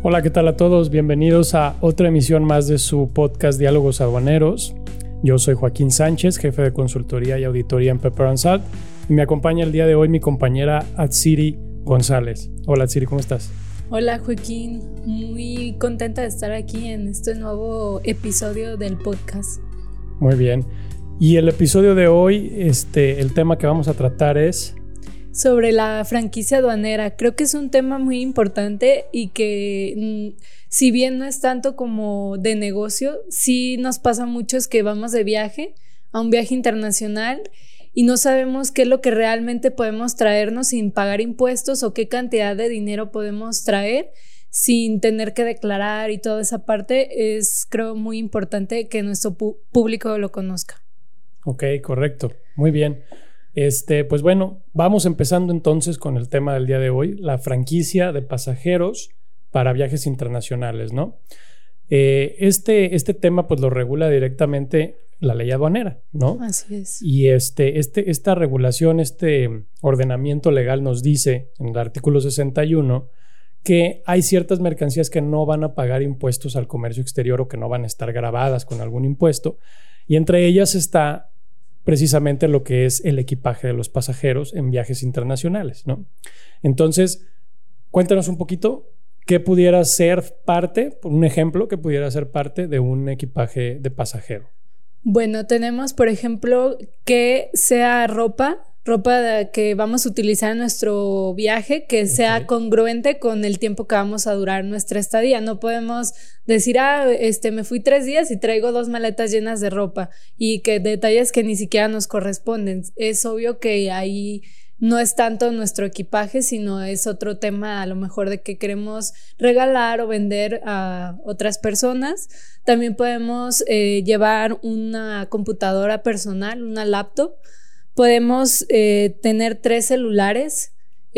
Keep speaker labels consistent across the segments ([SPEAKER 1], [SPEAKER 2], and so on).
[SPEAKER 1] Hola, ¿qué tal a todos? Bienvenidos a otra emisión más de su podcast Diálogos Aduaneros. Yo soy Joaquín Sánchez, jefe de consultoría y auditoría en Pepper & Salt, y me acompaña el día de hoy mi compañera Atsiri González. Hola Atsiri, ¿cómo estás?
[SPEAKER 2] Hola Joaquín, muy contenta de estar aquí en este nuevo episodio del podcast.
[SPEAKER 1] Muy bien. Y el episodio de hoy, el tema que vamos a tratar es
[SPEAKER 2] sobre la franquicia aduanera. Creo que es un tema muy importante y que si bien no es tanto como de negocio, sí nos pasa mucho es que vamos de viaje a un viaje internacional y no sabemos qué es lo que realmente podemos traernos sin pagar impuestos o qué cantidad de dinero podemos traer sin tener que declarar, y toda esa parte es, creo, muy importante que nuestro público lo conozca.
[SPEAKER 1] Ok, correcto. Muy bien. Pues bueno, vamos empezando entonces con el tema del día de hoy, la franquicia de pasajeros para viajes internacionales, ¿no? Este tema pues lo regula directamente la ley aduanera, ¿no?
[SPEAKER 2] Así es.
[SPEAKER 1] Y esta regulación, este ordenamiento legal nos dice en el artículo 61 que hay ciertas mercancías que no van a pagar impuestos al comercio exterior o que no van a estar gravadas con algún impuesto, y entre ellas está precisamente lo que es el equipaje de los pasajeros en viajes internacionales, ¿no? Entonces, cuéntanos un poquito qué pudiera ser parte, un ejemplo que pudiera ser parte de un equipaje de pasajero.
[SPEAKER 2] Bueno, tenemos, por ejemplo, que sea ropa que vamos a utilizar en nuestro viaje, que sea congruente con el tiempo que vamos a durar nuestra estadía. No podemos decir, me fui 3 días y traigo 2 maletas llenas de ropa, y que detalles que ni siquiera nos corresponden. Es obvio que ahí no es tanto nuestro equipaje, sino es otro tema a lo mejor de que queremos regalar o vender a otras personas. También podemos llevar una computadora personal, una laptop. Podemos tener 3 celulares,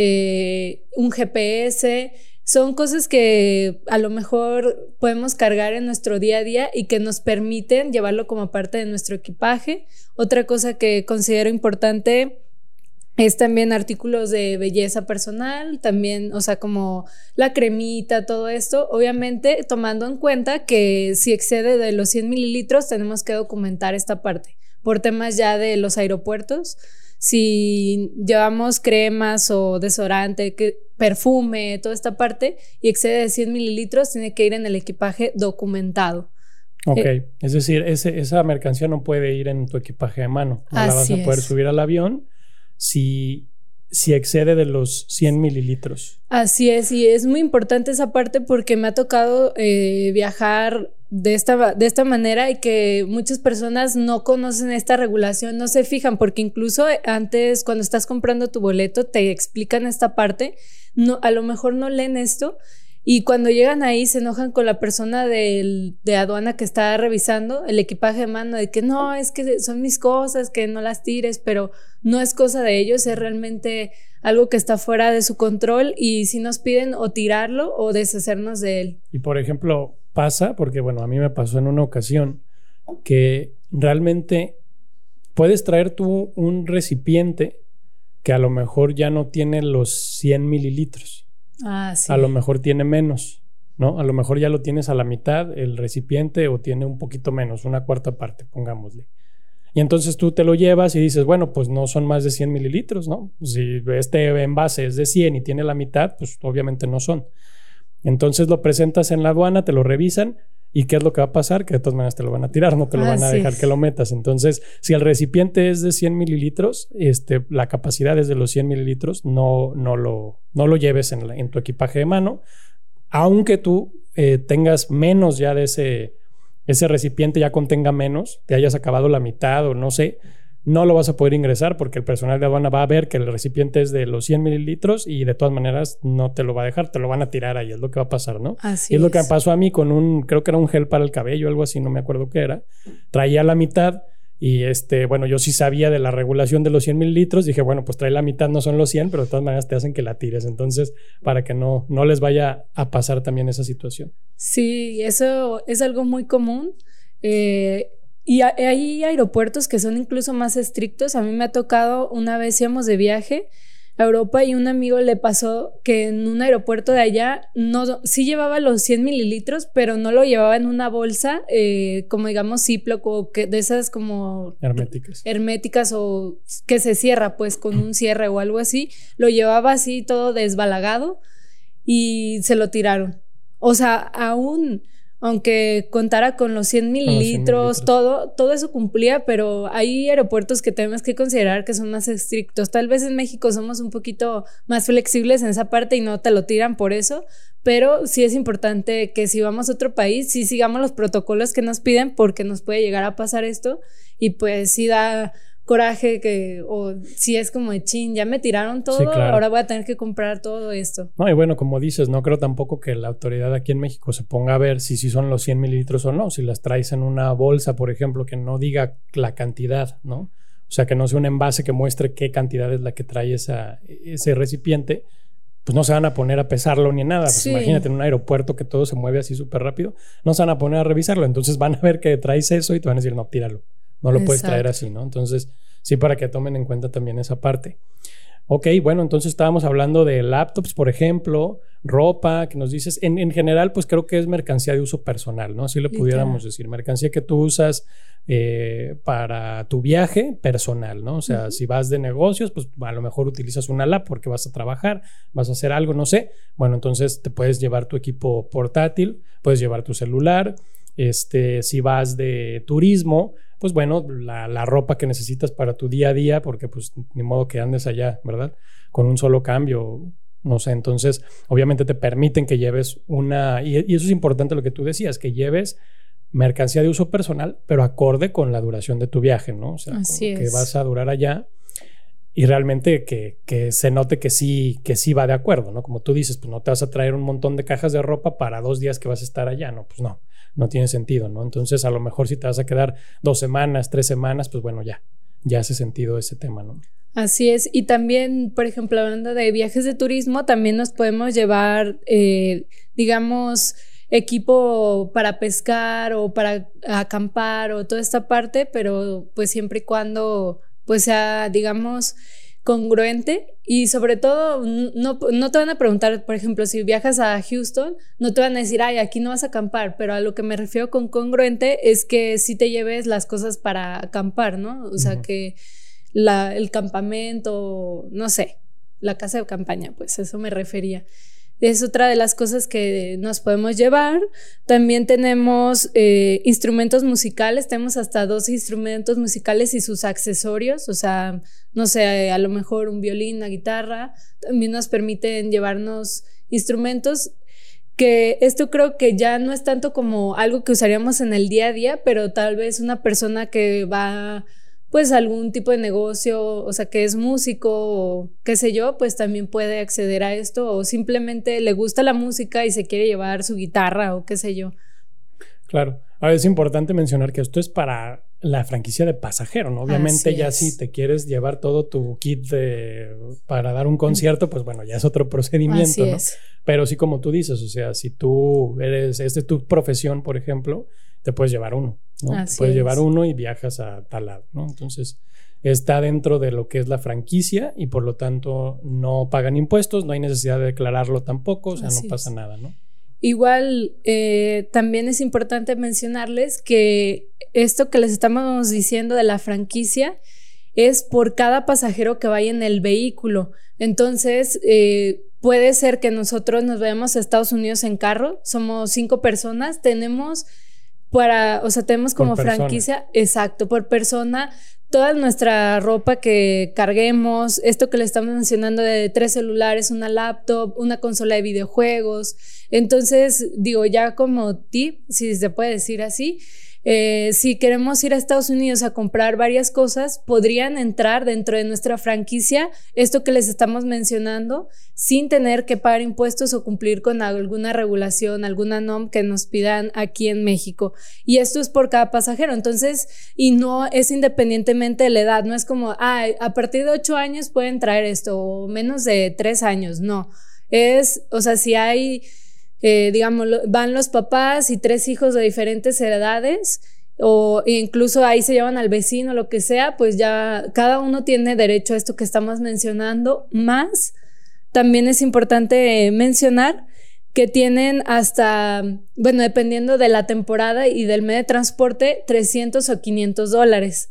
[SPEAKER 2] un GPS. Son cosas que a lo mejor podemos cargar en nuestro día a día y que nos permiten llevarlo como parte de nuestro equipaje. Otra cosa que considero importante es también artículos de belleza personal, también, o sea, como la cremita, todo esto, obviamente tomando en cuenta que si excede de los 100 mililitros tenemos que documentar esta parte, por temas ya de los aeropuertos. Si llevamos cremas o desodorante, perfume, toda esta parte, y excede de 100 mililitros, tiene que ir en el equipaje documentado.
[SPEAKER 1] Ok, es decir, esa mercancía no puede ir en tu equipaje de mano. No la vas a poder subir al avión si excede de los 100 mililitros.
[SPEAKER 2] Así es, y es muy importante esa parte porque me ha tocado viajar de esta manera, y que muchas personas no conocen esta regulación, no se fijan, porque incluso antes, cuando estás comprando tu boleto, te explican esta parte, no, a lo mejor no leen esto, y cuando llegan ahí se enojan con la persona de aduana que está revisando el equipaje de mano, de que no, es que son mis cosas, que no las tires, pero no es cosa de ellos, es realmente algo que está fuera de su control, y si nos piden o tirarlo o deshacernos de él.
[SPEAKER 1] Y por ejemplo, pasa, porque bueno, a mí me pasó en una ocasión que realmente puedes traer tú un recipiente que a lo mejor ya no tiene los 100 mililitros.
[SPEAKER 2] Sí.
[SPEAKER 1] A lo mejor tiene menos, ¿no? A lo mejor ya lo tienes a la mitad el recipiente, o tiene un poquito menos, una cuarta parte, pongámosle. Y entonces tú te lo llevas y dices, bueno, pues no son más de 100 mililitros, ¿no? Si este envase es de 100 y tiene la mitad, pues obviamente no son. Entonces lo presentas en la aduana, te lo revisan, ¿y qué es lo que va a pasar? Que de todas maneras te lo van a tirar, no te lo van a dejar que lo metas. Entonces, si el recipiente es de 100 mililitros, la capacidad es de los 100 mililitros, no lo lleves en tu equipaje de mano, aunque tú tengas menos ya de ese recipiente, ya contenga menos, te hayas acabado la mitad o no sé, no lo vas a poder ingresar porque el personal de aduana va a ver que el recipiente es de los 100 mililitros y de todas maneras no te lo va a dejar, te lo van a tirar ahí, es lo que va a pasar, ¿no?
[SPEAKER 2] Así
[SPEAKER 1] es lo que me pasó a mí con creo que era un gel para el cabello, algo así, no me acuerdo qué era. Traía la mitad y bueno, yo sí sabía de la regulación de los 100 mililitros, dije, bueno, pues trae la mitad, no son los 100, pero de todas maneras te hacen que la tires, entonces para que no les vaya a pasar también esa situación.
[SPEAKER 2] Sí, eso es algo muy común. Y hay aeropuertos que son incluso más estrictos. A mí me ha tocado, una vez íbamos de viaje, a Europa y un amigo le pasó que en un aeropuerto de allá sí llevaba los 100 mililitros, pero no lo llevaba en una bolsa como digamos Ziploc o de esas como herméticas o que se cierra pues con un cierre o algo así. Lo llevaba así todo desbalagado y se lo tiraron. O sea, aunque contara con los 100 mililitros, todo eso cumplía, pero hay aeropuertos que tenemos que considerar que son más estrictos. Tal vez en México somos un poquito más flexibles en esa parte y no te lo tiran por eso, pero sí es importante que si vamos a otro país, sí sigamos los protocolos que nos piden porque nos puede llegar a pasar esto y pues sí da coraje o si es como de chin, ya me tiraron todo, sí, claro. Ahora voy a tener que comprar todo esto.
[SPEAKER 1] No, y bueno, como dices, no creo tampoco que la autoridad aquí en México se ponga a ver si son los 100 mililitros o no, si las traes en una bolsa, por ejemplo, que no diga la cantidad, ¿no? O sea, que no sea un envase que muestre qué cantidad es la que trae ese recipiente, pues no se van a poner a pesarlo ni nada. Pues sí. Imagínate en un aeropuerto que todo se mueve así súper rápido, no se van a poner a revisarlo, entonces van a ver que traes eso y te van a decir, no, tíralo. No lo puedes traer así, ¿no? Entonces, sí, para que tomen en cuenta también esa parte. Ok, bueno, entonces estábamos hablando de laptops, por ejemplo, ropa, que nos dices, en general, pues creo que es mercancía de uso personal, ¿no? Así le pudiéramos decir, mercancía que tú usas para tu viaje personal, ¿no? O sea, si vas de negocios, pues a lo mejor utilizas una lap porque vas a trabajar, vas a hacer algo, no sé. Bueno, entonces te puedes llevar tu equipo portátil, puedes llevar tu celular. Si vas de turismo, pues bueno, la ropa que necesitas para tu día a día, porque pues ni modo que andes allá, ¿verdad? Con un solo cambio, no sé, entonces obviamente te permiten que lleves y eso es importante lo que tú decías, que lleves mercancía de uso personal, pero acorde con la duración de tu viaje, ¿no? O sea, que vas a durar allá y realmente que se note que sí va de acuerdo, ¿no? Como tú dices, pues no te vas a traer un montón de cajas de ropa para 2 días que vas a estar allá, ¿no? Pues no tiene sentido, ¿no? Entonces, a lo mejor si te vas a quedar 2 semanas, 3 semanas, pues bueno, ya hace sentido ese tema, ¿no?
[SPEAKER 2] Así es. Y también, por ejemplo, hablando de viajes de turismo, también nos podemos llevar, digamos, equipo para pescar o para acampar o toda esta parte, pero pues siempre y cuando pues sea, digamos, congruente y sobre todo no te van a preguntar, por ejemplo, si viajas a Houston, no te van a decir, ay, aquí no vas a acampar, pero a lo que me refiero con congruente es que sí te lleves las cosas para acampar, ¿no? O sea, que el campamento, no sé, la casa de campaña, pues eso me refería. Es otra de las cosas que nos podemos llevar. También tenemos instrumentos musicales, tenemos hasta 2 instrumentos musicales y sus accesorios, o sea, no sé, a lo mejor un violín, una guitarra. También nos permiten llevarnos instrumentos que esto creo que ya no es tanto como algo que usaríamos en el día a día, pero tal vez una persona que va pues algún tipo de negocio, o sea, que es músico o qué sé yo, pues también puede acceder a esto o simplemente le gusta la música y se quiere llevar su guitarra o qué sé yo.
[SPEAKER 1] Claro. Ahora es importante mencionar que esto es para la franquicia de pasajero, ¿no? Obviamente ya si te quieres llevar todo tu kit para dar un concierto, pues bueno, ya es otro procedimiento, ¿no? Pero sí, como tú dices, o sea, si tú esta es tu profesión, por ejemplo, te puedes llevar uno, ¿no? Te puedes llevar uno y viajas a tal lado, ¿no? Entonces, está dentro de lo que es la franquicia y por lo tanto no pagan impuestos, no hay necesidad de declararlo tampoco, o sea, no pasa nada, ¿no?
[SPEAKER 2] Igual, también es importante mencionarles que esto que les estamos diciendo de la franquicia es por cada pasajero que vaya en el vehículo. Entonces, puede ser que nosotros nos vayamos a Estados Unidos en carro, somos 5 personas, tenemos como franquicia, exacto, por persona, toda nuestra ropa que carguemos, esto que le estamos mencionando de 3 celulares, una laptop, una consola de videojuegos. Entonces, digo, ya como tip, si se puede decir así, si queremos ir a Estados Unidos a comprar varias cosas, podrían entrar dentro de nuestra franquicia esto que les estamos mencionando sin tener que pagar impuestos o cumplir con alguna regulación, alguna norma que nos pidan aquí en México. Y esto es por cada pasajero. Entonces, y no es independientemente de la edad, no es como, a partir de 8 años pueden traer esto o menos de 3 años, no. O sea, si hay... digamos, van los papás y 3 hijos de diferentes edades o incluso ahí se llevan al vecino, lo que sea, pues ya cada uno tiene derecho a esto que estamos mencionando. Más, también es importante mencionar que tienen hasta, bueno, dependiendo de la temporada y del medio de transporte, $300 o $500.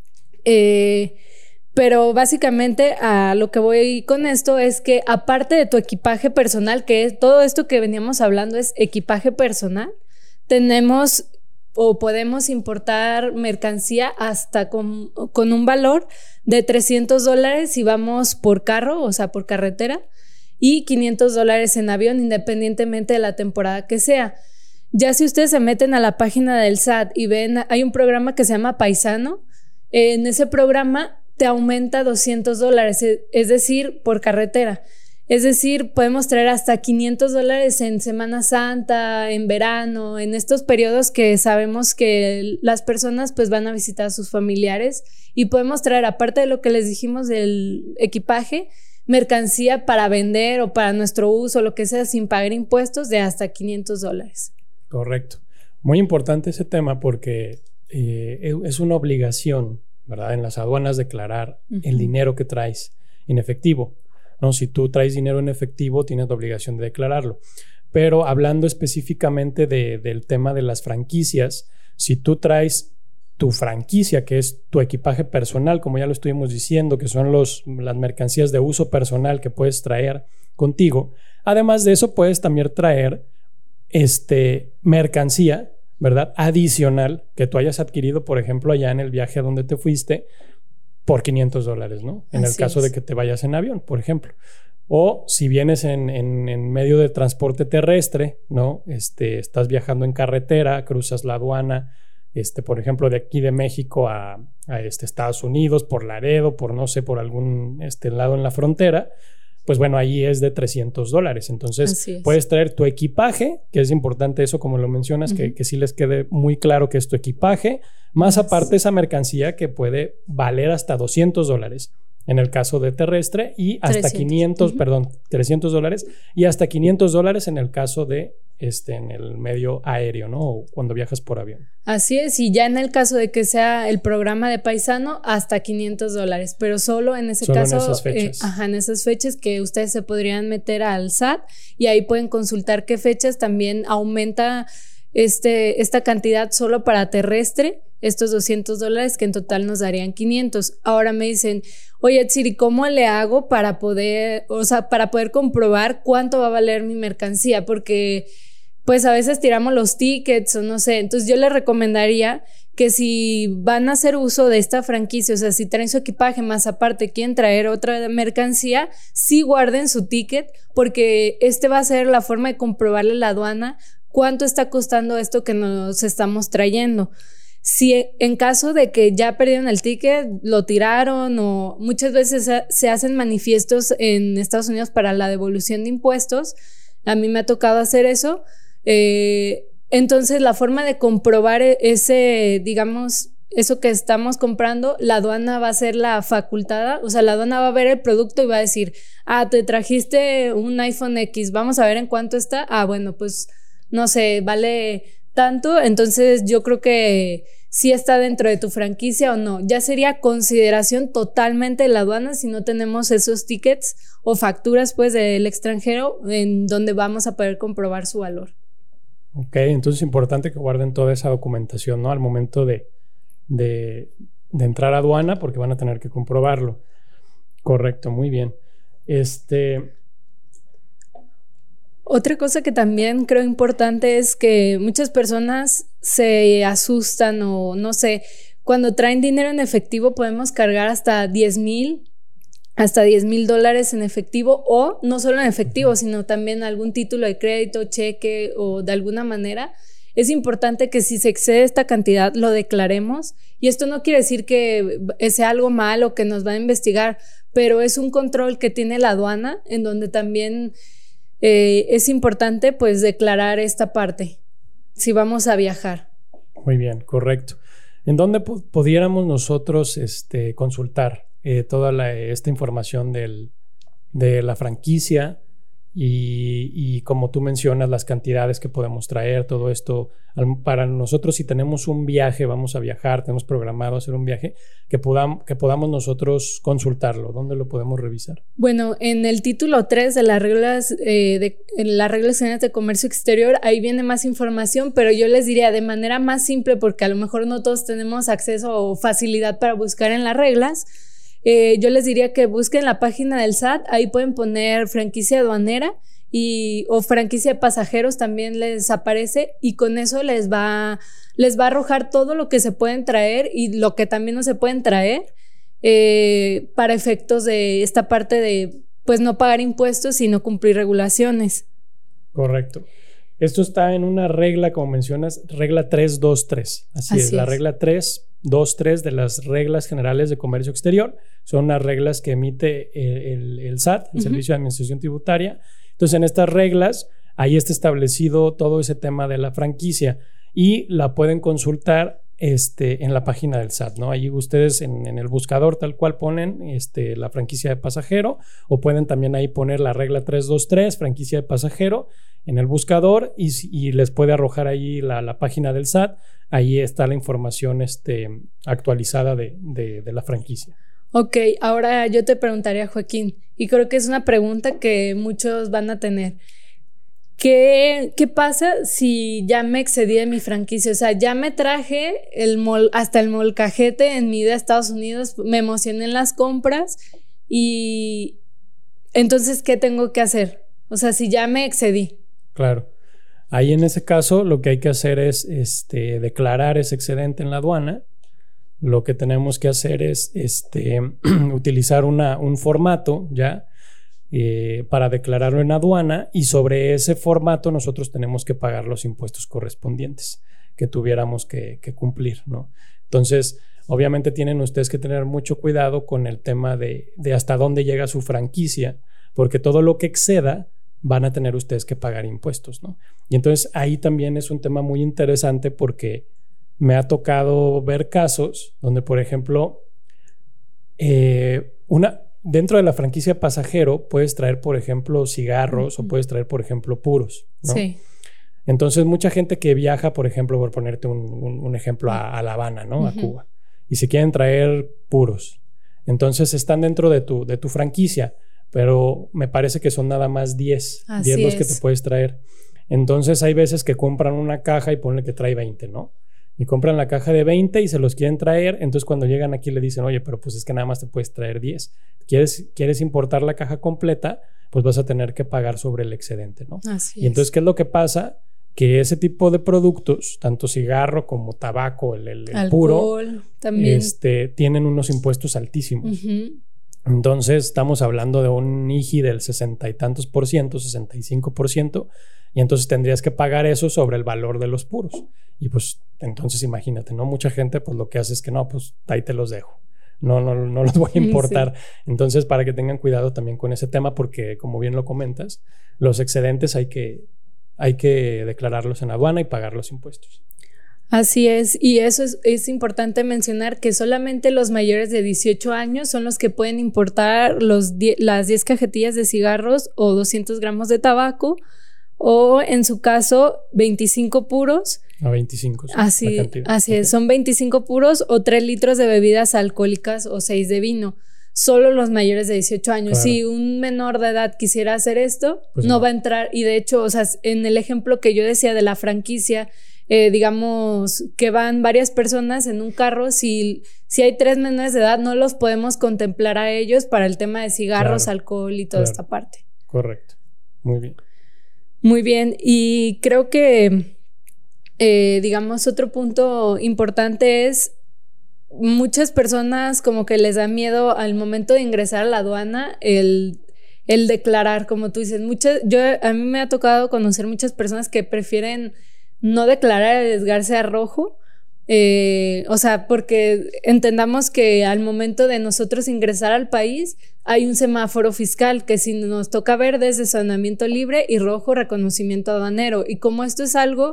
[SPEAKER 2] Pero básicamente a lo que voy con esto es que aparte de tu equipaje personal, que es todo esto que veníamos hablando es equipaje personal, tenemos o podemos importar mercancía hasta con un valor de $300 si vamos por carro, o sea, por carretera, y $500 en avión, independientemente de la temporada que sea. Ya si ustedes se meten a la página del SAT y ven, hay un programa que se llama Paisano. En ese programa te aumenta $200, es decir, por carretera. Es decir, podemos traer hasta $500 en Semana Santa, en verano, en estos periodos que sabemos que las personas pues van a visitar a sus familiares, y podemos traer, aparte de lo que les dijimos del equipaje, mercancía para vender o para nuestro uso, lo que sea, sin pagar impuestos, de hasta $500.
[SPEAKER 1] Correcto. Muy importante ese tema porque es una obligación, ¿verdad? En las aduanas declarar el dinero que traes en efectivo, ¿no? Si tú traes dinero en efectivo, tienes la obligación de declararlo. Pero hablando específicamente del tema de las franquicias, si tú traes tu franquicia, que es tu equipaje personal, como ya lo estuvimos diciendo, que son las mercancías de uso personal que puedes traer contigo. Además de eso, puedes también traer mercancía, ¿verdad? Adicional que tú hayas adquirido, por ejemplo, allá en el viaje a donde te fuiste por $500, ¿no? En el caso de que te vayas en avión, por ejemplo. O si vienes en medio de transporte terrestre, ¿no? Estás viajando en carretera, cruzas la aduana, por ejemplo, de aquí de México a Estados Unidos, por Laredo, por no sé, por algún lado en la frontera, pues bueno, ahí es de $300. Entonces, puedes traer tu equipaje, que es importante eso, como lo mencionas, que sí les quede muy claro que es tu equipaje, más aparte esa mercancía que puede valer hasta $200 en el caso de terrestre, y hasta 300. $300 y hasta $500 en el caso de en el medio aéreo, ¿no? O cuando viajas por avión.
[SPEAKER 2] Así es, y ya en el caso de que sea el programa de Paisano, hasta $500, pero solo en ese caso,
[SPEAKER 1] en esas fechas.
[SPEAKER 2] En esas fechas que ustedes se podrían meter al SAT y ahí pueden consultar qué fechas también aumenta esta cantidad solo para terrestre, estos $200 que en total nos darían 500. Ahora me dicen, oye, Tsiri, ¿cómo le hago para poder comprobar cuánto va a valer mi mercancía? Porque pues a veces tiramos los tickets o no sé. Entonces yo les recomendaría que si van a hacer uso de esta franquicia, o sea, si traen su equipaje más aparte quieren traer otra mercancía, sí guarden su ticket, porque va a ser la forma de comprobarle a la aduana cuánto está costando esto que nos estamos trayendo. Si en caso de que ya perdieron el ticket, lo tiraron, o muchas veces se hacen manifiestos en Estados Unidos para la devolución de impuestos, a mí me ha tocado hacer eso, entonces la forma de comprobar eso que estamos comprando, la aduana va a ser la facultada, o sea, la aduana va a ver el producto y va a decir, te trajiste un iPhone X, vamos a ver en cuánto está, bueno, pues no sé, vale tanto, entonces yo creo que sí está dentro de tu franquicia o no. Ya sería consideración totalmente de la aduana si no tenemos esos tickets o facturas pues del extranjero en donde vamos a poder comprobar su valor.
[SPEAKER 1] Ok, entonces es importante que guarden toda esa documentación, ¿no? Al momento de entrar a aduana, porque van a tener que comprobarlo. Correcto, muy bien.
[SPEAKER 2] Otra cosa que también creo importante es que muchas personas se asustan o no sé, cuando traen dinero en efectivo podemos cargar hasta $10,000 en efectivo, o no solo en efectivo, sino también algún título de crédito, cheque o de alguna manera. Es importante que si se excede esta cantidad lo declaremos, y esto no quiere decir que sea algo malo que nos va a investigar, pero es un control que tiene la aduana en donde también es importante pues declarar esta parte si vamos a viajar.
[SPEAKER 1] Muy bien, correcto. ¿En dónde pudiéramos nosotros consultar toda esta información de la franquicia y como tú mencionas, las cantidades que podemos traer, todo esto. Para nosotros, si tenemos un viaje, vamos a viajar, tenemos programado hacer un viaje, que podamos nosotros consultarlo. ¿Dónde lo podemos revisar?
[SPEAKER 2] Bueno, en el título 3 de las reglas generales de comercio exterior, ahí viene más información, pero yo les diría de manera más simple, porque a lo mejor no todos tenemos acceso o facilidad para buscar en las reglas. Yo les diría que busquen la página del SAT, ahí pueden poner franquicia aduanera o franquicia de pasajeros, también les aparece, y con eso les va a arrojar todo lo que se pueden traer y lo que también no se pueden traer, para efectos de esta parte de pues no pagar impuestos y no cumplir regulaciones.
[SPEAKER 1] Correcto. Esto está en una regla, como mencionas, regla 323. Así es, la regla 323 de las reglas generales de comercio exterior. Son unas reglas que emite el SAT, el Servicio de Administración Tributaria. Entonces, en estas reglas, ahí está establecido todo ese tema de la franquicia y la pueden consultar en la página del SAT, ¿no? Ahí ustedes en el buscador tal cual ponen la franquicia de pasajero, o pueden también ahí poner la regla 323, franquicia de pasajero, en el buscador y les puede arrojar ahí la página del SAT. Ahí está la información actualizada de la franquicia.
[SPEAKER 2] Ok, ahora yo te preguntaría, Joaquín, y creo que es una pregunta que muchos van a tener. ¿Qué pasa si ya me excedí de mi franquicia? O sea, ya me traje hasta el molcajete en mi ida a Estados Unidos, me emocioné en las compras y entonces, ¿qué tengo que hacer? O sea, si ya me excedí.
[SPEAKER 1] Claro. Ahí en ese caso lo que hay que hacer es declarar ese excedente en la aduana. Lo que tenemos que hacer es utilizar un formato ya para declararlo en aduana, y sobre ese formato nosotros tenemos que pagar los impuestos correspondientes que tuviéramos que cumplir, ¿no? Entonces, obviamente tienen ustedes que tener mucho cuidado con el tema de hasta dónde llega su franquicia, porque todo lo que exceda van a tener ustedes que pagar impuestos, ¿no? Y entonces ahí también es un tema muy interesante, porque me ha tocado ver casos donde, por ejemplo, dentro de la franquicia pasajero puedes traer, por ejemplo, cigarros, o puedes traer, por ejemplo, puros, ¿no? Sí. Entonces, mucha gente que viaja, por ejemplo, por ponerte un ejemplo, a La Habana, ¿no? A Cuba, y se quieren traer puros. Entonces, están dentro de tu franquicia, pero me parece que son nada más 10 los que te puedes traer. Entonces, hay veces que compran una caja y ponen que trae 20, ¿no? Y compran la caja de 20 y se los quieren traer. Entonces, cuando llegan aquí le dicen, oye, pero pues es que nada más te puedes traer 10. ¿Quieres importar la caja completa? Pues vas a tener que pagar sobre el excedente, ¿no?
[SPEAKER 2] Así
[SPEAKER 1] y entonces, ¿qué es lo que pasa? Que ese tipo de productos, tanto cigarro como tabaco, el puro, también tienen unos impuestos altísimos. Entonces, estamos hablando de un IGI del 60 y tantos por ciento, 65%, y entonces tendrías que pagar eso sobre el valor de los puros. Y pues entonces imagínate, ¿no? Mucha gente pues lo que hace es que no, pues ahí te los dejo. No los voy a importar. Sí. Entonces, para que tengan cuidado también con ese tema, porque como bien lo comentas, los excedentes hay que declararlos en aduana y pagar los impuestos.
[SPEAKER 2] Así es, y eso es importante mencionar, que solamente los mayores de 18 años son los que pueden importar las 10 cajetillas de cigarros o 200 gramos de tabaco, o en su caso 25 puros.
[SPEAKER 1] A 25.
[SPEAKER 2] Sí, así es, son 25 puros o 3 litros de bebidas alcohólicas o 6 de vino. Solo los mayores de 18 años. Claro. Si un menor de edad quisiera hacer esto, pues no va a entrar. Y de hecho, o sea, en el ejemplo que yo decía de la franquicia, digamos que van varias personas en un carro, si hay 3 menores de edad, no los podemos contemplar a ellos para el tema de cigarros, claro, alcohol y toda esta parte.
[SPEAKER 1] Correcto. Muy bien.
[SPEAKER 2] Muy bien. Y creo que, digamos, otro punto importante es, muchas personas como que les da miedo al momento de ingresar a la aduana el declarar, como tú dices. A mí me ha tocado conocer muchas personas que prefieren no declarar, arriesgarse a rojo, o sea, porque entendamos que al momento de nosotros ingresar al país hay un semáforo fiscal que si nos toca verde es estacionamiento libre y rojo reconocimiento aduanero, y como esto es algo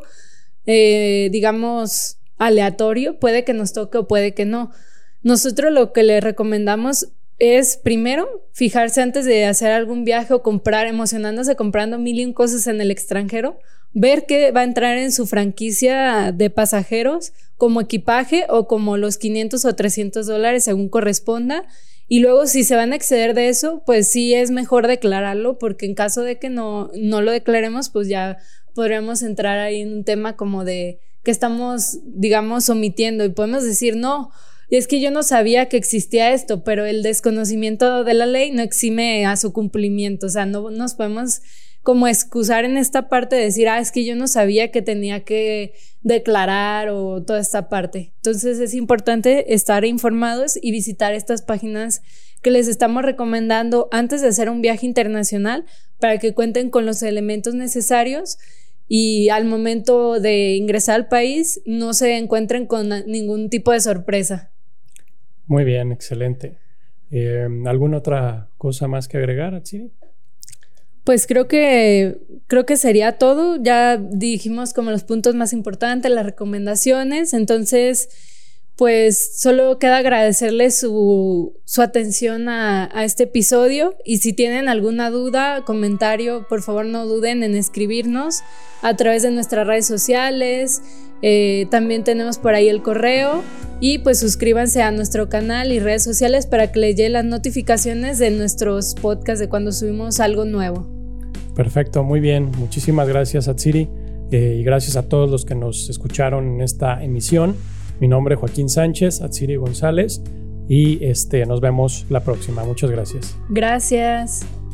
[SPEAKER 2] digamos aleatorio, puede que nos toque o puede que no. Nosotros lo que le recomendamos es primero fijarse antes de hacer algún viaje o comprar, emocionándose comprando 1000 cosas en el extranjero, ver qué va a entrar en su franquicia de pasajeros como equipaje o como los $500 o $300 según corresponda. Y luego si se van a exceder de eso, pues sí es mejor declararlo, porque en caso de que no lo declaremos, pues ya podríamos entrar ahí en un tema como de que estamos, digamos, omitiendo, y podemos decir, no, es que yo no sabía que existía esto, pero el desconocimiento de la ley no exime a su cumplimiento. O sea, no nos podemos como excusar en esta parte de decir, es que yo no sabía que tenía que declarar o toda esta parte. Entonces es importante estar informados y visitar estas páginas que les estamos recomendando antes de hacer un viaje internacional, para que cuenten con los elementos necesarios y al momento de ingresar al país no se encuentren con ningún tipo de sorpresa.
[SPEAKER 1] Muy bien, excelente. ¿Alguna otra cosa más que agregar, Atsiri?
[SPEAKER 2] Pues creo que sería todo. Ya dijimos como los puntos más importantes, las recomendaciones. Entonces, pues solo queda agradecerles su atención a este episodio. Y si tienen alguna duda, comentario, por favor no duden en escribirnos a través de nuestras redes sociales. También tenemos por ahí el correo. Y pues suscríbanse a nuestro canal y redes sociales para que les lleguen las notificaciones de nuestros podcasts de cuando subimos algo nuevo.
[SPEAKER 1] Perfecto, muy bien. Muchísimas gracias, Atsiri, y gracias a todos los que nos escucharon en esta emisión. Mi nombre es Joaquín Sánchez, Atsiri González, y nos vemos la próxima. Muchas gracias.
[SPEAKER 2] Gracias.